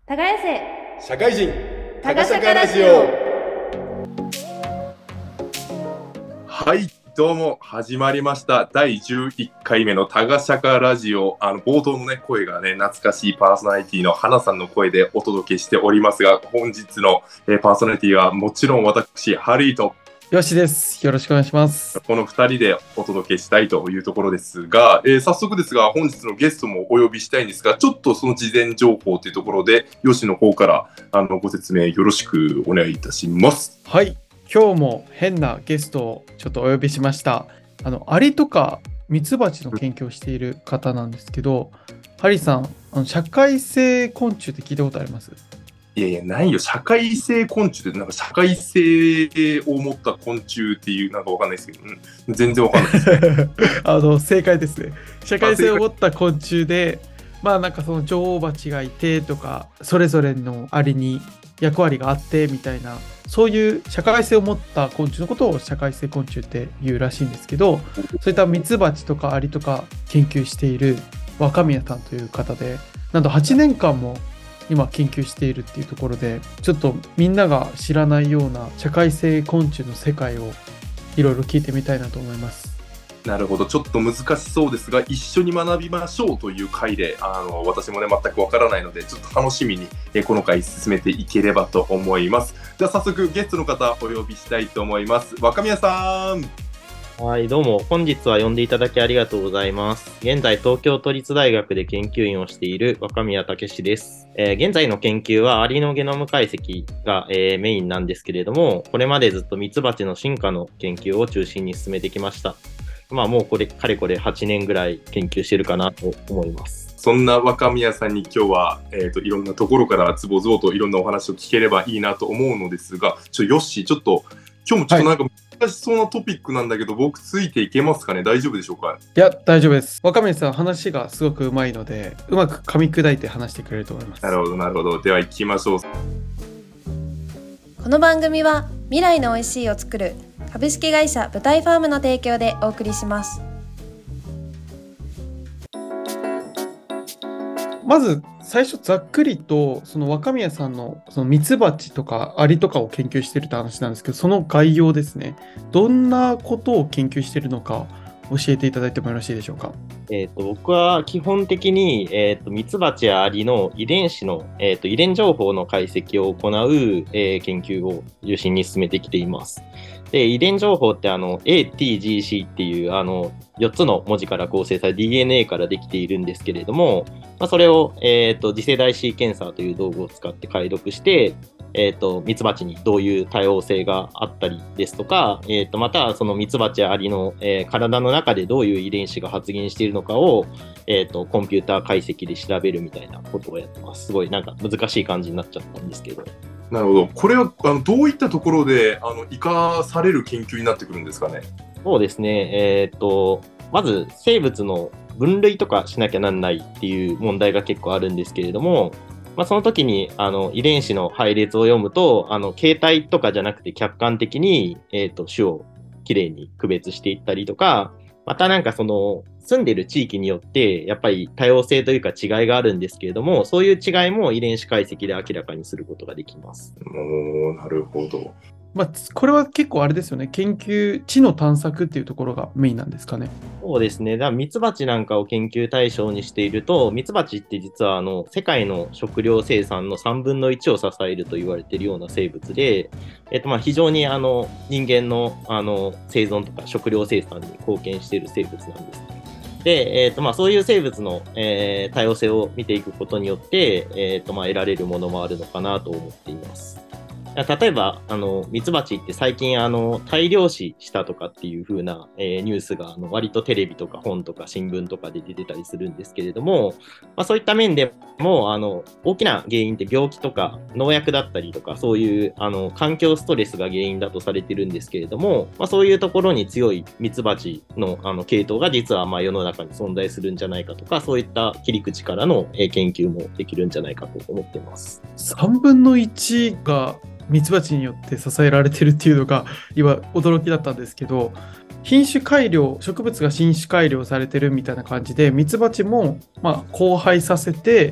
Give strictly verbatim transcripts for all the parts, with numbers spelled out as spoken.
耕せ社会人タガシャカラジオ。 はいどうも始まりましただいじゅういっかいめのタガシャカラジオ。あの冒頭のね声がね懐かしいパーソナリティの花さんの声でお届けしておりますが、本日の、えーパーソナリティはもちろん私ハリーとよしです。よろしくお願いします。 このふたりでお届けしたいというところですが、えー早速ですが本日のゲストもお呼びしたいんですが、ちょっとその事前情報というところでよしの方からあのご説明よろしくお願いいたします。 はい。今日も変なゲストをちょっとお呼びしました。あの、アリとかミツバチの研究をしている方なんですけど、ハリーさん、あの社会性昆虫って聞いたことあります？ いやいやないよ。社会性昆虫ってなんか社会性を持った昆虫っていうなんかわかんないですけど、うん、全然わかんないですね。 あの正解ですね。社会性を持った昆虫で、まあなんかその女王蜂がいてとか、それぞれのアリに役割があってみたいな、そういう社会性を持った昆虫のことを社会性昆虫っていうらしいんですけど、そういったミツバチとかアリとか研究している若宮さんという方で、なんとはちねんかんも今研究しているっていうところで、ちょっとみんなが知らないような社会性昆虫の世界をいろいろ聞いてみたいなと思います。 なるほど、ちょっと難しそうですが一緒に学びましょうという回で、あの私もね全くわからないのでちょっと楽しみにえこの回進めていければと思います。じゃあ早速ゲストの方お呼びしたいと思います。若宮さん。 はい、どうも。本日は呼んでいただきありがとうございます。現在、東京都立大学で研究員をしている若宮武史です。えー現在の研究はアリのゲノム解析が、えーメインなんですけれども、これまでずっとミツバチの進化の研究を中心に進めてきました。まあ、もうこれ、かれこれはちねんぐらい研究してるかなと思います。 そんな若宮さんに今日は、えーと、いろんなところからつぼつぼといろんなお話を聞ければいいなと思うのですが、ちょよっしちょっと今日もちょっとなんか難しそうなトピックなんだけど、はい、僕ついていけますかね？大丈夫でしょうか？ いや大丈夫です。若宮さん話がすごくうまいので、うまく噛み砕いて話してくれると思います。 なるほどなるほど。では行きましょう。 この番組は未来のおいしいを作る株式会社舞台ファームの提供でお送りします。 まず最初ざっくりとその若宮さんのそのミツバチとかアリとかを研究しているって話なんですけど、その概要ですね。どんなことを研究しているのか教えていただいてもよろしいでしょうか？ えー、と僕は基本的に、えー、とミツバチやアリの遺伝子の、えー、と遺伝情報の解析を行う、えー研究を中心に進めてきています。で、遺伝情報ってあの エーティージーシー っていうあのよっつの文字から構成され ディーエヌエー からできているんですけれども、まあ、それを、えー、と次世代シーケンサーという道具を使って解読して、えー、とミツバチにどういう多様性があったりですとか、えー、とまたそのミツバチやアリの、えー体の中でどういう遺伝子が発現しているのかを、えー、とコンピューター解析で調べるみたいなことをやってます。すごいなんか難しい感じになっちゃったんですけど。 なるほど。これはあのどういったところであの生かされる研究になってくるんですかね？ そうですね、えー、とまず生物の分類とかしなきゃなんないっていう問題が結構あるんですけれども、まあ、その時にあの遺伝子の配列を読むとあの形態とかじゃなくて客観的に、えー、と種をきれいに区別していったりとか、またなんかその住んでる地域によってやっぱり多様性というか違いがあるんですけれども、そういう違いも遺伝子解析で明らかにすることができます。 おー、なるほど。 まあ、これは結構あれですよね。研究、知の探索っていうところがメインなんですかね。 そうですね。だからミツバチなんかを研究対象にしていると、ミツバチって実はあの世界の食料生産のさんぶんのいちを支えると言われているような生物で、えっと、まあ非常にあの人間の、あの生存とか食料生産に貢献している生物なんです。で、えっと、まあそういう生物の、えー多様性を見ていくことによって、えっと、まあ得られるものもあるのかなと思っています。例えば、あの、ミツバチって最近、あの、大量死したとかっていう風な、えーニュースが、あの、割とテレビとか本とか新聞とかで出てたりするんですけれども、まあ、そういった面でも、あの、大きな原因って病気とか農薬だったりとか、そういう、あの、環境ストレスが原因だとされてるんですけれども、まあ、そういうところに強いミツバチの、あの、系統が実は、まあ、世の中に存在するんじゃないかとか、そういった切り口からの、えー研究もできるんじゃないかと思っています。 さんぶんのいちがミツバチによって支えられてるっていうのが今驚きだったんですけど、品種改良、植物が品種改良されてるみたいな感じで、ミツバチもまあ交配させてちょっ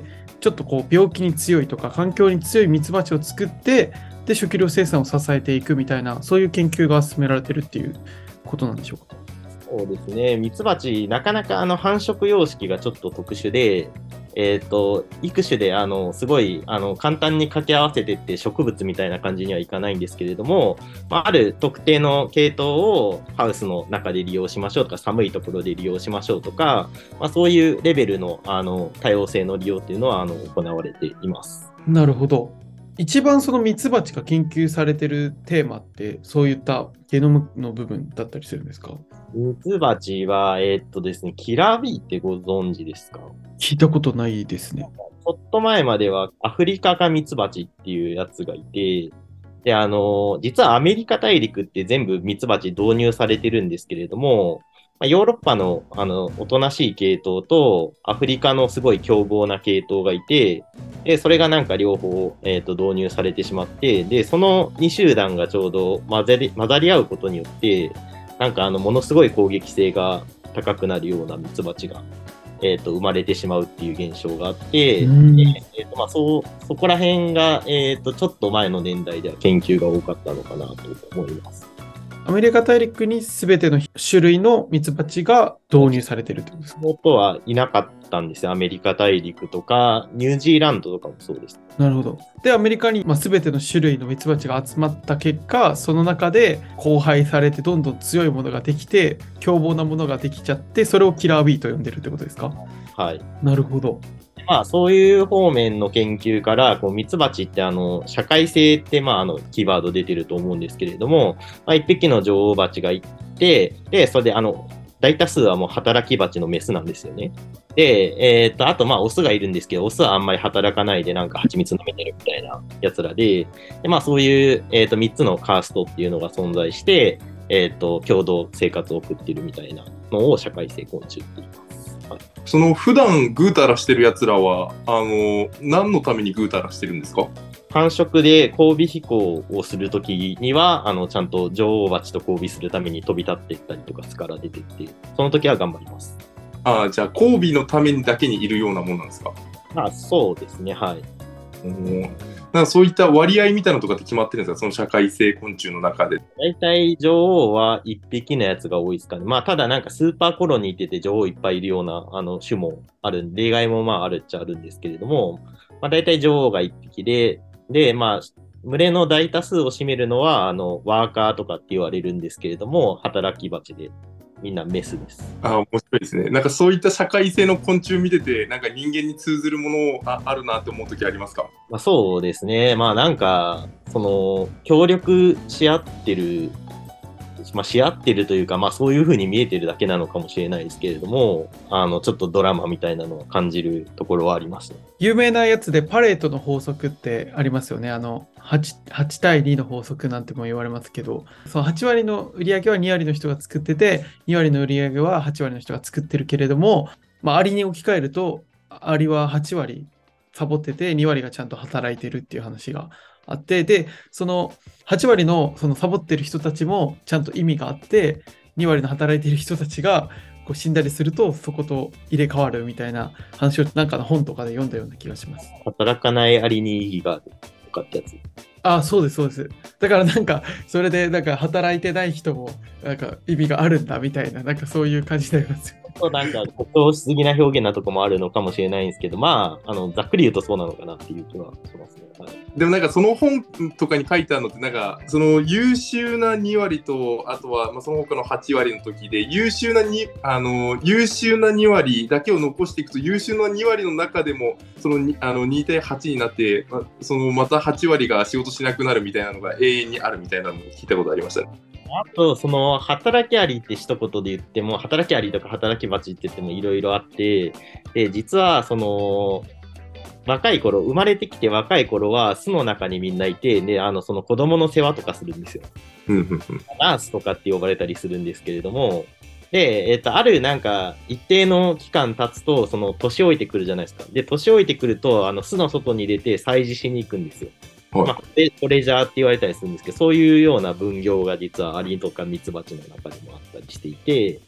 ちょっとこう病気に強いとか環境に強いミツバチを作ってで食料生産を支えていくみたいな、そういう研究が進められてるっていうことなんでしょうか。 そうですね、ミツバチ、なかなかあの繁殖様式がちょっと特殊で、えーと、育種であのすごいあの簡単に掛け合わせてって植物みたいな感じにはいかないんですけれども、まあ、ある特定の系統をハウスの中で利用しましょうとか、寒いところで利用しましょうとか、まあ、そういうレベルの、あの多様性の利用っていうのはあの行われています。 なるほど。一番そのミツバチが研究されてるテーマってそういったゲノムの部分だったりするんですか？ ミツバチは、えーっとですね、キラービーってご存知ですか？ 聞いたことないですね。 ちょっと前まではアフリカカミツバチっていうやつがいて、で、あの、実はアメリカ大陸って全部ミツバチ導入されてるんですけれども、まあヨーロッパの、あの、おとなしい系統と、アフリカのすごい凶暴な系統がいて、で、それがなんか両方、えーと、導入されてしまって、で、そのに集団がちょうど混ざり、混ざり合うことによって、なんかあの、ものすごい攻撃性が高くなるようなミツバチが、えーと、生まれてしまうっていう現象があって、えーとまあ、そうそこら辺が、えーと、ちょっと前の年代では研究が多かったのかなと思います。 アメリカ大陸に全ての種類のミツバチが導入されてるってことですか？ 元はいなかったんですよ。アメリカ大陸とか、ニュージーランドとかもそうです。 なるほど。で、アメリカに、まあ、全ての種類のミツバチが集まった結果、その中で交配されてどんどん強いものができて、凶暴なものができちゃって、それをキラービーと呼んでるってことですか？ はい。 なるほど。 まあ、そういう方面の研究から、こうミツバチってあの社会性って、まあ、あのキーワード出てると思うんですけれども、まあ、一匹の女王バチがいて、で、それであの大多数はもう働きバチのメスなんですよね。で、えー、っと、あとまあオスがいるんですけど、オスはあんまり働かないでなんか蜂蜜舐めてるみたいなやつらで、でまあそういう、えー、っとみっつのカーストっていうのが存在して、えー、っと、共同生活を送っているみたいなのを社会性昆虫って言います。はい、 その普段ぐうたらしてるやつらはあの何のためにぐうたらしてるんですか？ 繁殖で交尾飛行をするときにはあのちゃんと女王蜂と交尾するために飛び立っていったりとか巣から出ていって、その時は頑張ります。 ああ、じゃあ交尾のためにだけにいるようなもんなんですか？ まあそうですね、はい。 うんなんかそういった割合みたいなのとかって決まってるんですか？その社会性昆虫の中で。 大体女王はいっぴきのやつが多いですかね。まあただなんかスーパーコロニーって言って女王いっぱいいるようなあの種もあるんで、例外もまああるっちゃあるんですけれども、まあ大体女王がいっぴきで、でまあ群れの大多数を占めるのはあのワーカーとかって言われるんですけれども、働き蜂でみんなメスです。 ああ、面白いですね。なんかそういった社会性の昆虫見てて、なんか人間に通ずるものああるなって思う時ありますか？ まあ、そうですね。まあなんか、その、協力し合ってる、まあし合ってるというか、まあそういう風に見えてるだけなのかもしれないですけれども、あの、ちょっとドラマみたいなのを感じるところはありますね。 有名なやつでパレートの法則ってありますよね。あの 8, 8対にの法則なんても言われますけど、そのはち割の売り上げはに割の人が作ってて、に割の売り上げははち割の人が作ってるけれども、まあ、アリに置き換えると、アリははち割サボっててに割がちゃんと働いてるっていう話があって、で、そのはち割のそのサボってる人たちもちゃんと意味があって、に割の働いてる人たちがこう死んだりするとそこと入れ替わるみたいな話をなんかの本とかで読んだような気がします。 働かないアリに意義があるとかってやつ。 ああ、そうですそうです。だからなんかそれでなんか働いてない人もなんか意味があるんだみたいな、なんかそういう感じになりますよ。 なんか誇張しすぎな表現なとこもあるのかもしれないんですけど、まあ、あのざっくり言うとそうなのかなっていう気はしますね。はい、 でもなんかその本とかに書いてあるのってなんかその優秀なに割とあとはまあその他のはち割の時で優秀なにあの優秀なに割だけを残していくと優秀なに割の中でもそのにあのに対はちになってそのまたはち割が仕事しなくなるみたいなのが永遠にあるみたいなのを聞いたことありましたね。 あと、その、働きアリって一言で言っても、働きアリとか働き蜂って言ってもいろいろあって、で、実は、その、若い頃、生まれてきて若い頃は巣の中にみんないて、で、あの、その子供の世話とかするんですよ。ナースとかって呼ばれたりするんですけれども、で、えっと、あるなんか、一定の期間経つと、その、年老いてくるじゃないですか。で、年老いてくると、あの、巣の外に出て催事しに行くんですよ。まあ、トレジャーって言われたりするんですけど、そういうような分業が実はアリとかミツバチの中でもあったりしていて、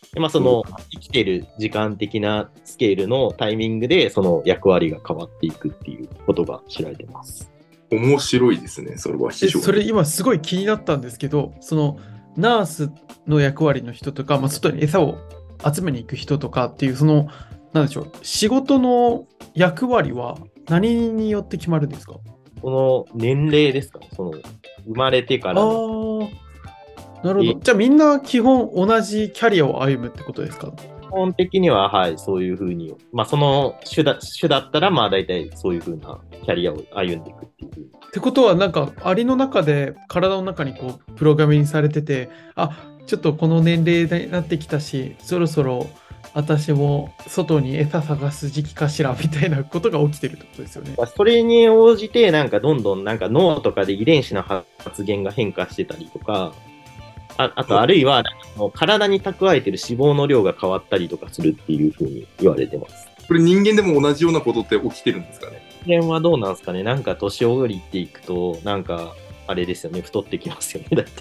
でまあ、その生きてる時間的なスケールのタイミングでその役割が変わっていくっていうことが知られてます。 面白いですね、それは非常に。 それ今すごい気になったんですけど、そのナースの役割の人とか、まあ、外に餌を集めに行く人とかっていう、その、なんでしょう、仕事の役割は何によって決まるんですか？ この年齢ですかね、その生まれてからの。 ああ、なるほど。じゃあみんな基本同じキャリアを歩むってことですか？ 基本的には、はい、そういうふうに、まあ、その種だ、種だったら、まあ、大体そういうふうなキャリアを歩んでいくっていう。 ってことは、なんか、アリの中で、体の中にこう、プログラミングされてて、あ、ちょっとこの年齢になってきたし、そろそろ私も外に餌探す時期かしら、みたいなことが起きてるってことですよね。 それに応じて、なんか、どんどん、なんか、脳とかで遺伝子の発現が変化してたりとか、あ, あと、あるいは、体に蓄えている脂肪の量が変わったりとかするっていうふうに言われてます。 これ人間でも同じようなことって起きてるんですかね？ 人間はどうなんですかね。なんか年を降りていくと、なんか、あれですよね、太ってきますよね、だって。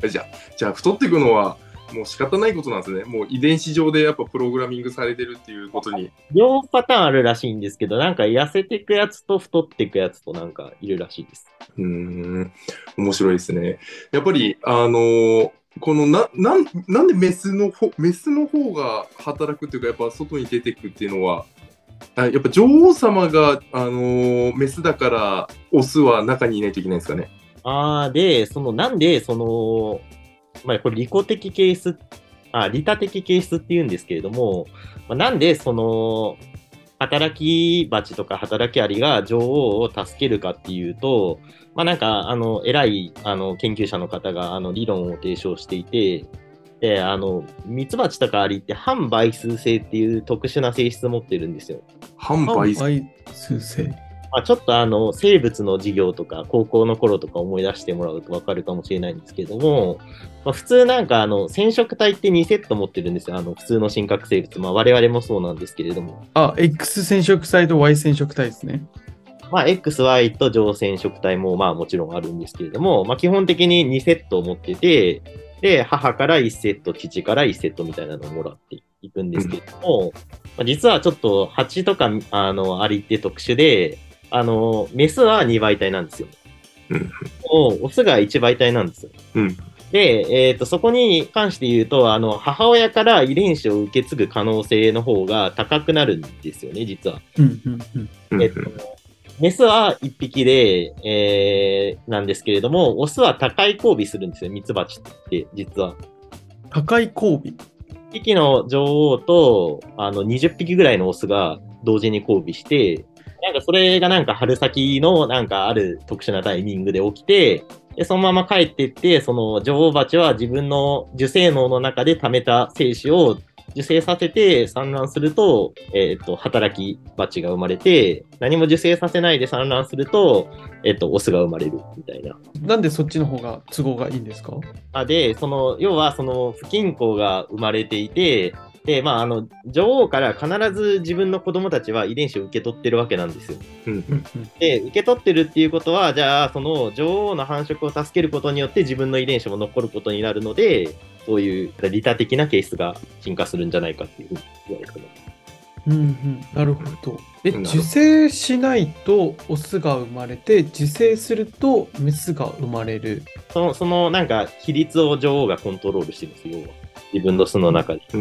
じゃあ、じゃあ太っていくのは、もう仕方ないことなんですね。もう遺伝子上でやっぱプログラミングされてるっていうことに。 両パターンあるらしいんですけど、なんか痩せていくやつと太っていくやつとなんかいるらしいです。 うーん、面白いですね。やっぱり、あのーこのな、なん、なんでメスの方、メスの方が働くっていうか、やっぱ外に出てくっていうのは、あ、やっぱ女王様が、あのーメスだから、オスは中にいないといけないんですかね。 あー、で、その、なんで、その、まあ、これ利己的形質、あ、利他的形質って言うんですけれども、まあ、なんで、その、働き蜂とか働きアリが女王を助けるかっていうと、まあ、なんか、あの、偉い、あの、研究者の方が、あの、理論を提唱していて、で、あの、ミツバチとかアリって反倍数性っていう特殊な性質を持ってるんですよ。 反倍数性。 まあ、ちょっとあの生物の授業とか高校の頃とか思い出してもらうと分かるかもしれないんですけども、まあ、普通なんかあの染色体ってにセット持ってるんですよ。あの普通の真核生物、まあ、我々もそうなんですけれども。 あ、X 染色体と Y 染色体ですね。 まあ、エックスワイ と上染色体もまあもちろんあるんですけれども、まあ、基本的ににセットを持ってて、で、母からいちセット、父からいちセットみたいなのをもらっていくんですけれども、まあ、実はちょっと蜂とかあのアリって特殊で、あの、メスはにばい体なんですよ。 うん、 オスがいちばい体なんですよ。 うん、 で、えーと、そこに関して言うと、あの、母親から遺伝子を受け継ぐ可能性の方が高くなるんですよね、実は。 うんうんうん、 えっと、メスはいっぴきで、えー、なんですけれども、オスは高い交尾するんですよ、ミツバチって、実は。 高い交尾。 いっぴきの女王とあのにじゅっぴきぐらいのオスが同時に交尾して、なんかそれがなんか春先のなんかある特殊なタイミングで起きて、でそのまま帰っていって、その女王蜂は自分の受精脳の中で溜めた精子を受精させて産卵すると、えっと、働き蜂が生まれて、何も受精させないで産卵すると、えっと、オスが生まれるみたいな。 なんでそっちの方が都合がいいんですか？ あで、その、要はその不均衡が生まれていて、で、まあ、あの、女王から必ず自分の子供たちは遺伝子を受け取ってるわけなんですよ。 うん、 で、受け取ってるっていうことは、じゃあ、その女王の繁殖を助けることによって自分の遺伝子も残ることになるので、そういう利他的なケースが進化するんじゃないかっていうふうに言われてます。 うんうん、なるほど。え、受精しないとオスが生まれて、受精するとメスが生まれる。 その、そのなんか比率を女王がコントロールしてるんですよ。自分の巣の中で。 うん、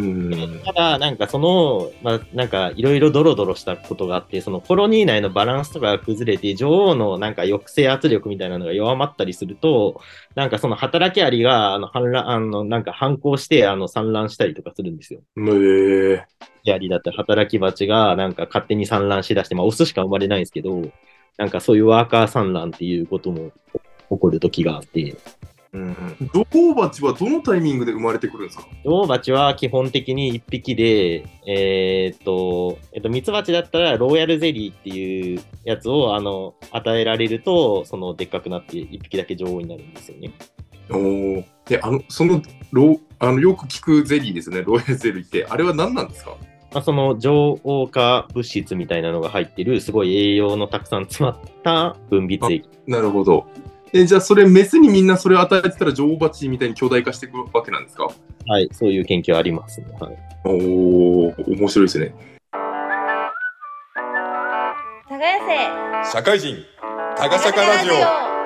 ただ、なんかその、まあ、なんかいろいろドロドロしたことがあって、そのコロニー内のバランスとかが崩れて、女王のなんか抑制圧力みたいなのが弱まったりすると、なんかその働きアリが、あの、反乱、あの、なんか反抗して、あの、産卵したりとかするんですよ。 えー、 アリだったら働き蜂がなんか勝手に産卵しだして、まあ、オスしか生まれないんですけど、なんかそういうワーカー産卵っていうことも起こる時があって、 うん、女王蜂はどのタイミングで生まれてくるんですか？ 女王蜂は基本的にいっぴきで、えー、っと、えっと、ミツバチだったらローヤルゼリーっていうやつをあの与えられると、そのでっかくなっていっぴきだけ女王になるんですよね。 おー、で、あの、その、ロあのよく聞くゼリーですね、ローヤルゼリーって、あれは何なんですか？ まあ、その女王化物質みたいなのが入ってる、すごい栄養のたくさん詰まった分泌液。 なるほど。 え、じゃあそれメスにみんなそれを与えてたら女王蜂みたいに巨大化していくわけなんですか？ はい、そういう研究ありますね。はい、 おー、面白いですね。 耕せ社会人タガシャカラジオ。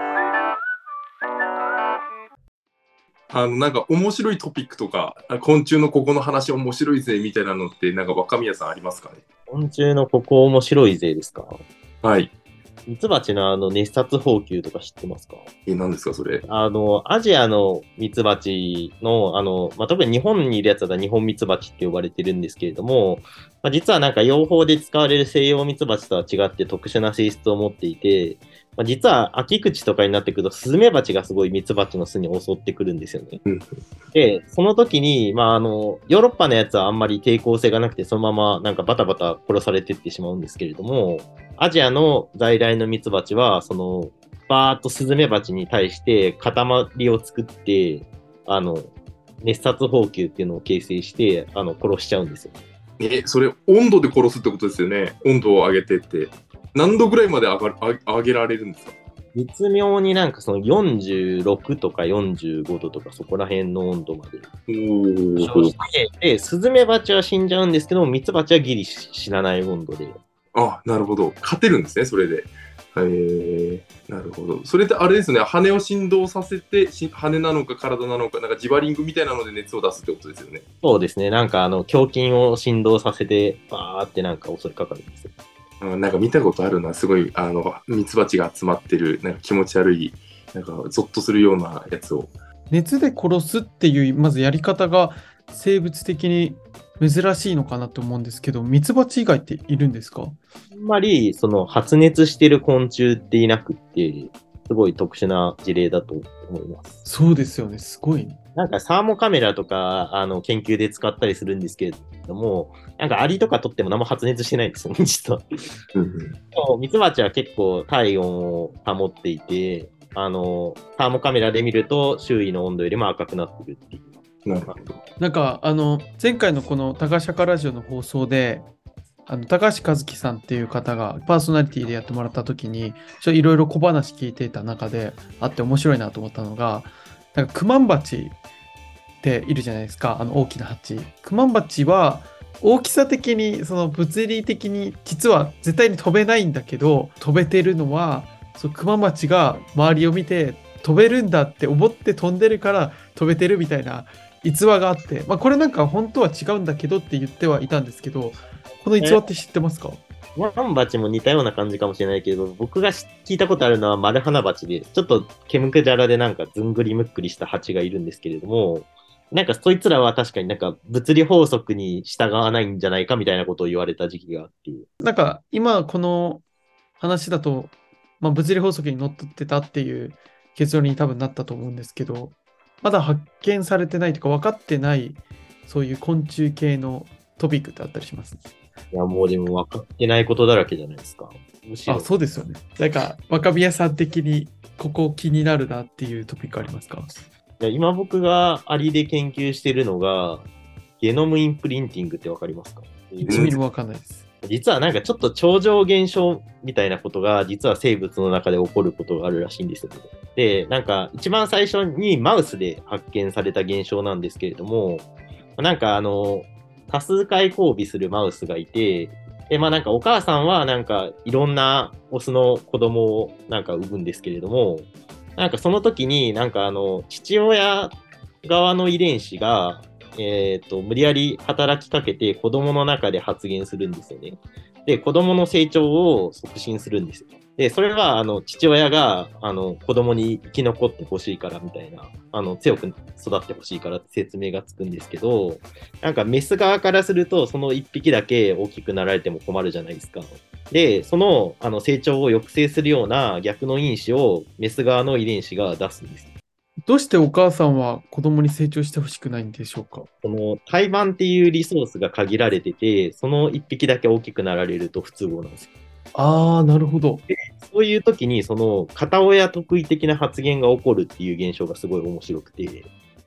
あのなんか面白いトピックとか、昆虫のここの話面白いぜみたいなのってなんか若宮さんありますかね？ 昆虫のここ面白いぜですか？ はい。 ミツバチのあの熱殺蜂球とか知ってますか？ え、何ですかそれ？ あの、アジアのミツバチの、あの、まあ、特に日本にいるやつは日本ミツバチって呼ばれてるんですけれども、まあ、実はなんか養蜂で使われる西洋ミツバチとは違って特殊な性質を持っていて、まあ、実は秋口とかになってくるとスズメバチがすごいミツバチの巣に襲ってくるんですよね。 うん、 で、その時に、まあ、あの、ヨーロッパのやつはあんまり抵抗性がなくて、そのままなんかバタバタ殺されていってしまうんですけれども、アジアの在来のミツバチは、その、バーっとスズメバチに対して塊を作って、あの、熱殺蜂球っていうのを形成して、あの、殺しちゃうんですよ。 え、それ温度で殺すってことですよね。温度を上げてって。何度ぐらいまで上がる、上げられるんですか？ 絶妙になんかそのよんじゅうろくとかよんじゅうごどとかそこら辺の温度まで上昇して、で、スズメバチは死んじゃうんですけども、ミツバチはギリ死なない温度で。 あ、なるほど。勝てるんですね、それで。へえ、なるほど。それってあれですね、羽を振動させて、羽なのか体なのか、なんかジバリングみたいなので熱を出すってことですよね。 そうですね、なんかあの胸筋を振動させて、バーってなんか襲いかかるんですよ。 なんか見たことあるな、すごい、あの、ミツバチが集まってる、なんか気持ち悪い、なんかゾッとするようなやつを。 熱で殺すっていう、まずやり方が生物的に珍しいのかなと思うんですけど、ミツバチ以外っているんですか？ あんまりその発熱してる昆虫っていなくって、すごい特殊な事例だと思います。 そうですよね、すごいね。 なんかサーモカメラとかあの研究で使ったりするんですけれども、なんかアリとか撮っても何も発熱してないんですよね、実は。ミツバチは結構体温を保っていて、あのサーモカメラで見ると周囲の温度よりも赤くなってるっていう。 なるほど。 なんかあの前回のこのタガシャカラジオの放送で、あの高橋和樹さんっていう方がパーソナリティでやってもらった時にいろいろ小話聞いていた中であって面白いなと思ったのが、なんかクマンバチっているじゃないですか、あの大きなハチ。クマンバチは大きさ的にその物理的に実は絶対に飛べないんだけど、飛べてるのはそうクマンバチが周りを見て飛べるんだって思って飛んでるから飛べてるみたいな逸話があって、まあ、これなんか本当は違うんだけどって言ってはいたんですけど、この逸話って知ってますか？ クマンバチも似たような感じかもしれないけど、僕が聞いたことあるのはマルハナバチで、ちょっと毛むくじゃらでなんかずんぐりむっくりしたハチがいるんですけれども、なんかそいつらは確かになんか物理法則に従わないんじゃないかみたいなことを言われた時期があって。 なんか今この話だと、まあ、物理法則にのっとってたっていう結論に多分なったと思うんですけど、まだ発見されてないというか分かってないそういう昆虫系のトピックってあったりしますね。 いやもうでも分かってないことだらけじゃないですか。むしろあ、そうですよね。なんか若宮さん的にここ気になるなっていうトピックありますか？ いや今僕がアリで研究してるのがゲノムインプリンティングって分かりますか？ いちミリも分かんないです。 実はなんかちょっと超常現象みたいなことが実は生物の中で起こることがあるらしいんですよね。で、なんか一番最初にマウスで発見された現象なんですけれども、なんかあの多数回交尾するマウスがいて、でまあなんかお母さんはなんかいろんなオスの子供をなんか産むんですけれども、なんかその時になんかあの父親側の遺伝子がえーと、無理やり働きかけて子供の中で発現するんですよね。で、子供の成長を促進するんですよ。で、それはあの父親があの子供に生き残ってほしいからみたいな、あの強く育ってほしいからって説明がつくんですけど、なんかメス側からするとその一匹だけ大きくなられても困るじゃないですか。で、その、あの成長を抑制するような逆の因子をメス側の遺伝子が出すんです。 どうしてお母さんは子供に成長してほしくないんでしょうか？ この胎盤っていうリソースが限られてて、その一匹だけ大きくなられると不都合なんですよ。 ああ、なるほど。 そういう時にその片親特異的な発現が起こるっていう現象がすごい面白くて、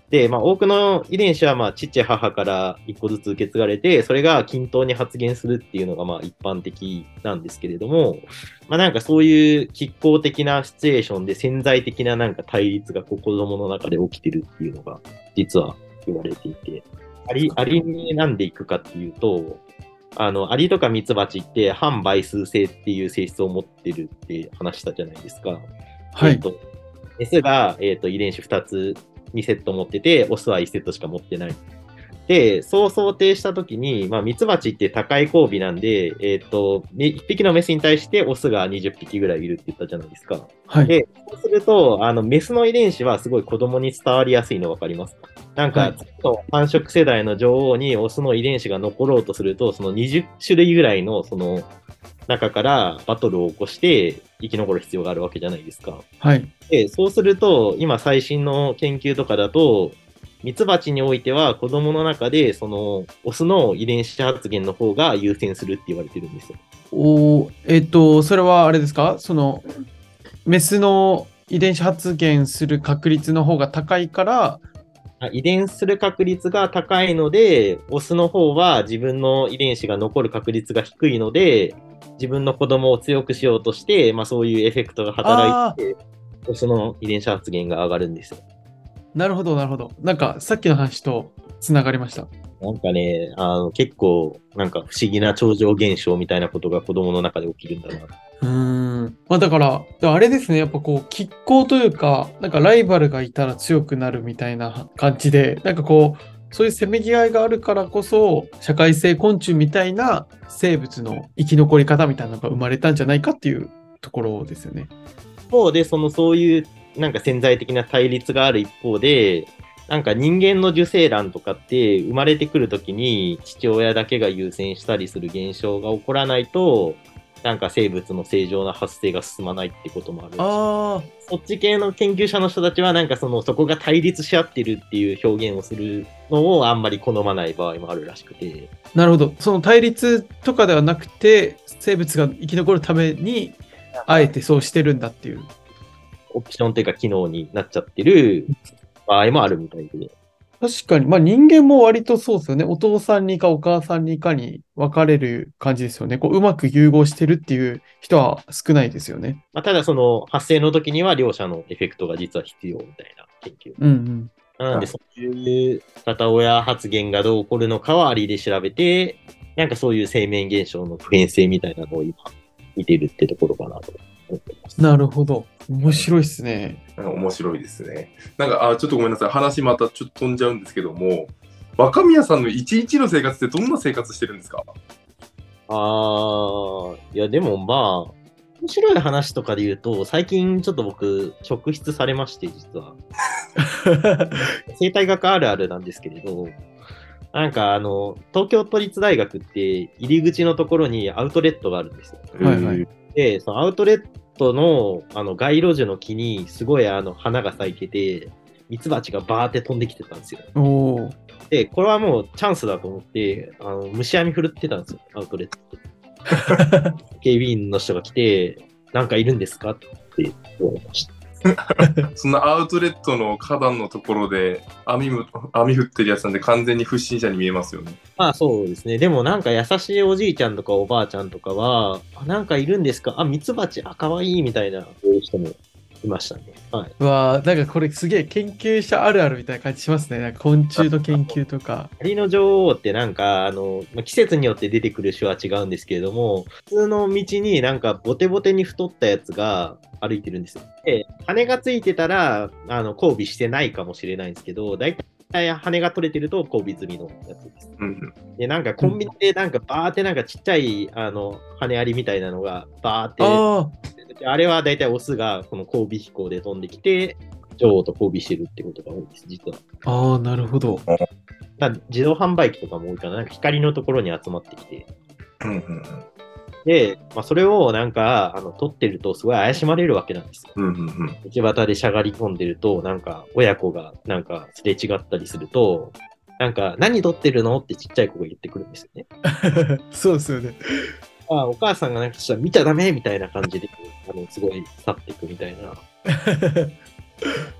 で、まあ、多くの遺伝子はまあちっちゃい母からいっこずつ受け継がれて、それが均等に発現するっていうのがまあ一般的なんですけれども、まあ、なんかそういう拮抗的なシチュエーションで潜在的ななんか対立がこう子供の中で起きてるっていうのが実は言われていて、アリ、アリになんでいくかっていうと、あの、アリとかミツバチって反倍数性っていう性質を持ってるって話したじゃないですか。 はい。 えっと、メスが、えっと、遺伝子ふたつ、にセット持ってて、オスはいちセットしか持ってない。で、そう想定したときに、まあ、ミツバチって高い交尾なんで、えっと、いっぴきのメスに対してオスがにじゅっぴきぐらいいるって言ったじゃないですか。 はい。 で、そうすると、あの、メスの遺伝子はすごい子供に伝わりやすいの分かりますか？なんか、 はい次の繁殖世代の女王にオスの遺伝子が残ろうとすると、そのにじゅっしゅるいぐらいの、その、中からバトルを起こして生き残る必要があるわけじゃないですか。 はい。 で、そうすると、今最新の研究とかだと、ミツバチにおいては子供の中で、その、オスの遺伝子発現の方が優先するって言われてるんですよ。 おーえっと、それはあれですか？その、メスの遺伝子発現する確率の方が高いから、 あ遺伝する確率が高いので、オスの方は自分の遺伝子が残る確率が低いので、自分の子供を強くしようとして、まあ、そういうエフェクトが働いて、オスの遺伝子発現が上がるんですよ。 なるほど、なるほど。なんか、さっきの話とつながりました。 なんかね、あの結構、なんか不思議な超常現象みたいなことが子供の中で起きるんだな。 うーん。まあだから、あれですね、やっぱこう、拮抗というか、なんかライバルがいたら強くなるみたいな感じで、なんかこう、そういうせめぎ合いがあるからこそ、社会性昆虫みたいな生物の生き残り方みたいなのが生まれたんじゃないかっていうところですよね。 一方で、そのそういうなんか潜在的な対立がある一方で、なんか人間の受精卵とかって生まれてくるときに父親だけが優先したりする現象が起こらないと、なんか生物の正常な発生が進まないってこともあるし、 ああ、 そっち系の研究者の人たちはなんかそのそこが対立し合ってるっていう表現をするのをあんまり好まない場合もあるらしくて。 なるほど。その対立とかではなくて、生物が生き残るために、あえてそうしてるんだっていう。 オプションというか機能になっちゃってる場合もあるみたいで。 確かに、まあ人間も割とそうですよね。お父さんにかお母さんにかに分かれる感じですよね。こううまく融合してるっていう人は少ないですよね。 まあ、ただその発生の時には両者のエフェクトが実は必要みたいな研究。 うんうん。 なのでそういう片親発言がどう起こるのかはアリで調べて、なんかそういう生命現象の普遍性みたいなのを今見てるってところかなと思ってます。 なるほど。面白いですね。 なんか面白いですね。なんか、あ、ちょっとごめんなさい。話またちょっと飛んじゃうんですけども、若宮さんの一日の生活ってどんな生活してるんですか？ あー、いやでもまあ、面白い話とかで言うと、最近ちょっと僕、職質されまして、実は。生態学あるあるなんですけれど、なんかあの、東京都立大学って入り口のところにアウトレットがあるんですよ。 はいはいで、そのアウトレットのあの街路樹の木にすごいあの花が咲いてて、ミツバチがバーって飛んできてたんですよ。 おお。 で、これはもうチャンスだと思って、あの虫網振るってたんですよ、アウトレットって。警備員の人が来て、なんかいるんですかって言われました。 そんなアウトレットの花壇のところで網む網振ってるやつなんで完全に不審者に見えますよね。 まあそうですね。でもなんか優しいおじいちゃんとかおばあちゃんとかは、あなんかいるんですか？あ、ミツバチ、あ、かわいいみたいな人もいましたね。はい。 うわーなんかこれすげえ研究者あるあるみたいな感じしますね。なんか昆虫の研究とか。 アリの女王ってなんか、あの、まあ、季節によって出てくる種は違うんですけれども、普通の道になんかボテボテに太ったやつが歩いてるんですよ。で、羽がついてたら、あの、交尾してないかもしれないんですけど、大体羽が取れてると交尾済みのやつです。 うんで、なんかコンビニでなんかバーってなんかちっちゃい、あの、羽アリみたいなのがバーって、 ああれは大体オスがこの交尾飛行で飛んできて、女王と交尾してるってことが多いです、実は。 あ、ああ、なるほど。 だ自動販売機とかも多いから、なんか光のところに集まってきて。 うんうんで、まあ、それをなんか、あの、撮ってるとすごい怪しまれるわけなんですよ。 うんうんうん道端でしゃがり込んでると、なんか、親子がなんかすれ違ったりすると、なんか、何撮ってるのってちっちゃい子が言ってくるんですよね。 そうですよね。 あお母さんがなんかしたら見ちゃダメみたいな感じで、あの、すごい去っていくみたいな。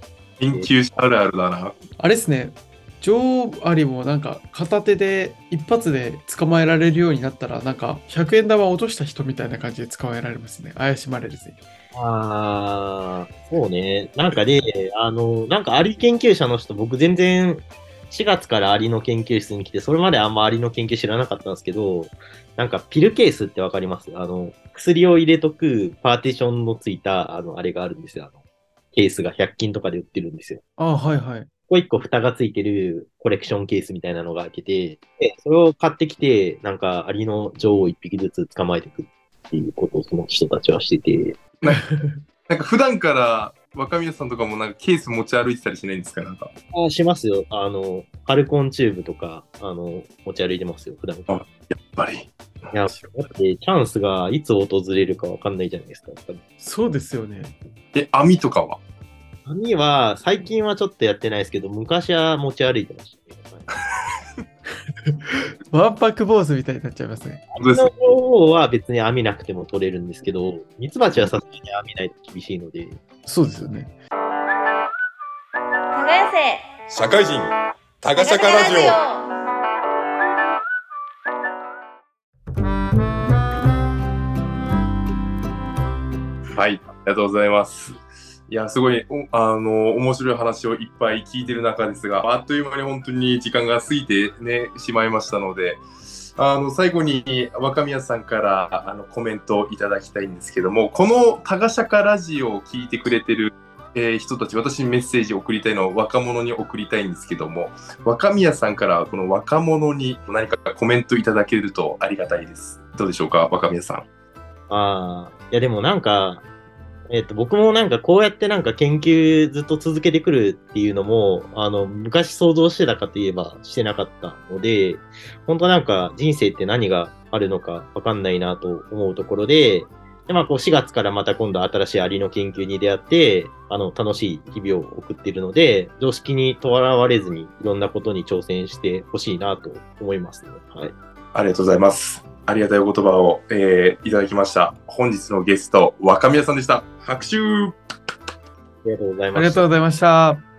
研究者あるあるだな。 あれですね、女王アリもなんか片手で一発で捕まえられるようになったら、なんかひゃくえん玉落とした人みたいな感じで捕まえられますね。怪しまれるぜ。 ああ、そうね。なんかね、あの、なんかアリ研究者の人、僕全然しがつからアリの研究室に来て、それまであんまアリの研究知らなかったんですけど、なんかピルケースってわかります？あの、薬を入れとくパーティションのついた、あの、あれがあるんですよ。あの、ケースがひゃく均とかで売ってるんですよ。 ああ、はいはい。 こう一個蓋がついてるコレクションケースみたいなのが開けて、でそれを買ってきて、なんかアリの女王を一匹ずつ捕まえていくっていうことをその人たちはしてて。 なんか普段から若宮さんとかもなんかケース持ち歩いてたりしないんですか？なんかあ、しますよ。あの、カルコンチューブとか、あの、持ち歩いてますよ、普段から。 あ、やっぱり。 いや、だってチャンスがいつ訪れるかわかんないじゃないですか。やっぱりそうですよね。 え、網とかは？ 網は、最近はちょっとやってないですけど、昔は持ち歩いてましたね。 ワンパク坊主みたいになっちゃいますね。 本当です網の女王は別に網なくても取れるんですけど、ミツバチはさすがに網ないと厳しいので。 そうですよね。 耕せ社会人タガシャカラジオ。はい、ありがとうございます。いや、すごいおあの面白い話をいっぱい聞いてる中ですが、あっという間に本当に時間が過ぎて、ね、しまいましたので、あの最後に若宮さんからあのコメントをいただきたいんですけども、このタガシャカラジオを聞いてくれてる、えー、人たち、私にメッセージを送りたいのを若者に送りたいんですけども、若宮さんからこの若者に何かコメントいただけるとありがたいです。どうでしょうか、若宮さん。 ああ、いやでもなんか、えっと、僕もなんかこうやってなんか研究ずっと続けてくるっていうのも、あの、昔想像してたかといえばしてなかったので、本当なんか人生って何があるのかわかんないなと思うところで、で、まあこうしがつからまた今度新しいアリの研究に出会って、あの、楽しい日々を送っているので、常識にとらわれずにいろんなことに挑戦してほしいなと思いますね。はい。 ありがとうございます。ありがたいお言葉を、えー、いただきました。本日のゲスト、若宮さんでした。拍手。 ありがとうございました。 ありがとうございました。